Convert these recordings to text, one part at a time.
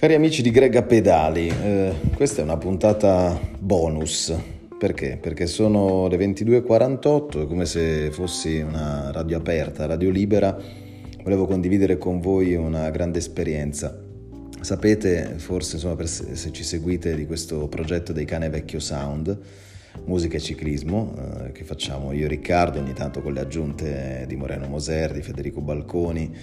Cari amici di Greg a Pedali, questa è una puntata bonus. Perché? Perché sono le 22:48, è come se fossi una radio aperta, radio libera. Volevo condividere con voi una grande esperienza. Sapete, forse se ci seguite, di questo progetto dei Cane Vecchio Sound, musica e ciclismo, che facciamo io e Riccardo, ogni tanto con le aggiunte di Moreno Moser, di Federico Balconi,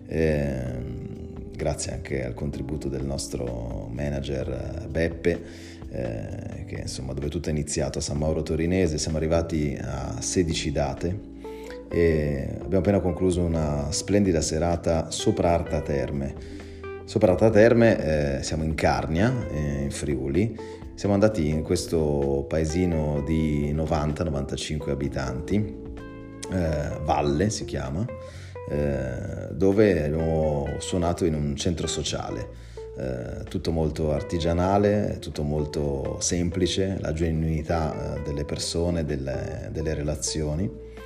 grazie anche al contributo del nostro manager Beppe, che insomma, dove tutto è iniziato a San Mauro Torinese. Siamo arrivati a 16 date e abbiamo appena concluso una splendida serata sopra Arta Terme. Sopra Arta Terme siamo in Carnia, in Friuli. Siamo andati in questo paesino di 90-95 abitanti, Valle si chiama, dove abbiamo suonato in un centro sociale, tutto molto artigianale, tutto molto semplice, la genuinità delle persone, delle relazioni,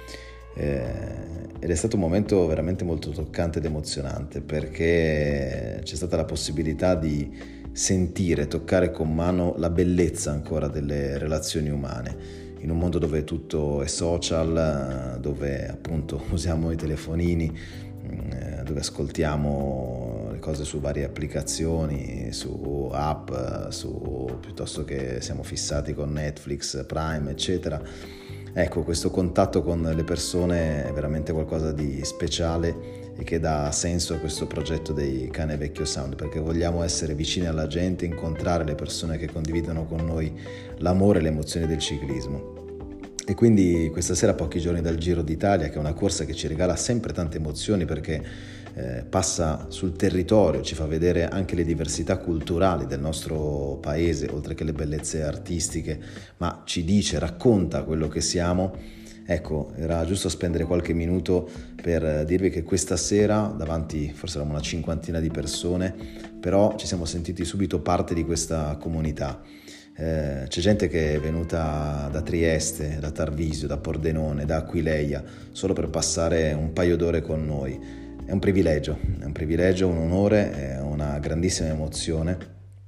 ed è stato un momento veramente molto toccante ed emozionante, perché c'è stata la possibilità di sentire, toccare con mano la bellezza ancora delle relazioni umane. In un mondo dove tutto è social, dove appunto usiamo i telefonini, dove ascoltiamo le cose su varie applicazioni, su app, piuttosto che siamo fissati con Netflix, Prime, eccetera. Ecco, questo contatto con le persone è veramente qualcosa di speciale e che dà senso a questo progetto dei Cane Vecchio Sound, perché vogliamo essere vicini alla gente, incontrare le persone che condividono con noi l'amore e le emozioni del ciclismo. E quindi questa sera, a pochi giorni dal Giro d'Italia, che è una corsa che ci regala sempre tante emozioni, perché passa sul territorio, ci fa vedere anche le diversità culturali del nostro paese, oltre che le bellezze artistiche, ma ci dice, racconta quello che siamo. Ecco, era giusto spendere qualche minuto per dirvi che questa sera, davanti forse eravamo una cinquantina di persone, però ci siamo sentiti subito parte di questa comunità. C'è gente che è venuta da Trieste, da Tarvisio, da Pordenone, da Aquileia, solo per passare un paio d'ore con noi. È un privilegio, un onore, è una grandissima emozione,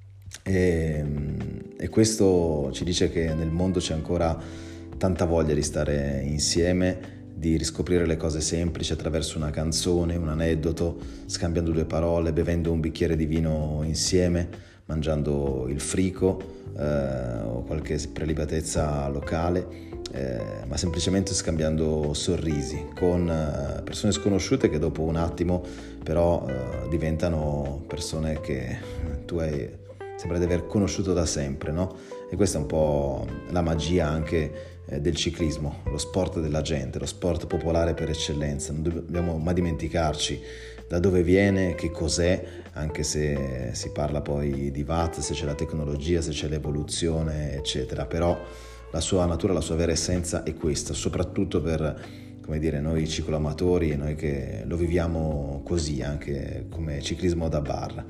e questo ci dice che nel mondo c'è ancora tanta voglia di stare insieme, di riscoprire le cose semplici attraverso una canzone, un aneddoto, scambiando due parole, bevendo un bicchiere di vino insieme, mangiando il frico o qualche prelibatezza locale, ma semplicemente scambiando sorrisi con persone sconosciute che dopo un attimo però diventano persone che sembra di aver conosciuto da sempre, no? E questa è un po' la magia anche del ciclismo, lo sport della gente, lo sport popolare per eccellenza. Non dobbiamo mai dimenticarci da dove viene, che cos'è, anche se si parla poi di watt, se c'è la tecnologia, se c'è l'evoluzione, eccetera. Però la sua natura, la sua vera essenza è questa, soprattutto per, come dire, noi cicloamatori e noi che lo viviamo così, anche come ciclismo da bar.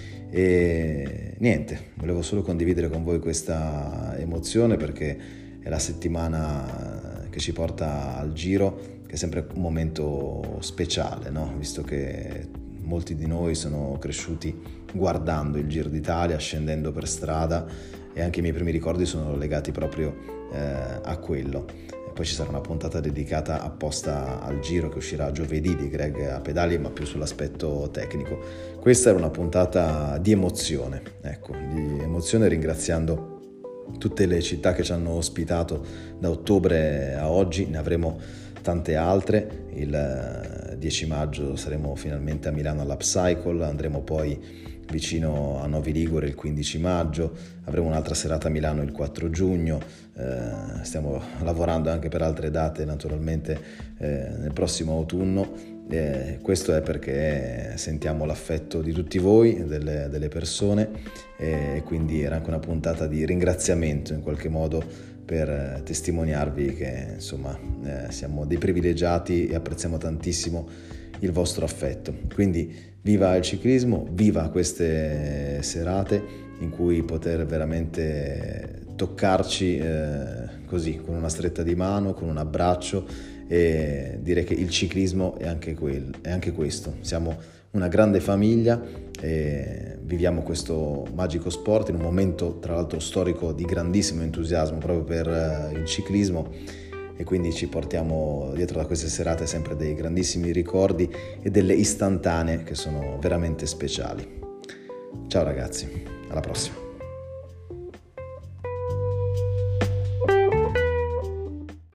E niente, volevo solo condividere con voi questa emozione, perché è la settimana che ci porta al Giro, che è sempre un momento speciale, no? Visto che molti di noi sono cresciuti guardando il Giro d'Italia, scendendo per strada, e anche i miei primi ricordi sono legati proprio a quello. E poi ci sarà una puntata dedicata apposta al Giro, che uscirà giovedì, di Greg a Pedali, ma più sull'aspetto tecnico. Questa era una puntata di emozione, ecco, di emozione, ringraziando tutte le città che ci hanno ospitato da ottobre a oggi. Ne avremo tante altre. Il 10 maggio saremo finalmente a Milano all'Upcycle, andremo poi vicino a Novi Ligure il 15 maggio, avremo un'altra serata a Milano il 4 giugno, stiamo lavorando anche per altre date naturalmente nel prossimo autunno. Questo è perché sentiamo l'affetto di tutti voi, delle persone, e quindi era anche una puntata di ringraziamento in qualche modo, per testimoniarvi che insomma siamo dei privilegiati e apprezziamo tantissimo il vostro affetto. Quindi viva il ciclismo, viva queste serate in cui poter veramente toccarci così, con una stretta di mano, con un abbraccio, e direi che il ciclismo è anche questo. Siamo una grande famiglia e viviamo questo magico sport in un momento tra l'altro storico di grandissimo entusiasmo proprio per il ciclismo, e quindi ci portiamo dietro da queste serate sempre dei grandissimi ricordi e delle istantanee che sono veramente speciali. Ciao ragazzi, alla prossima.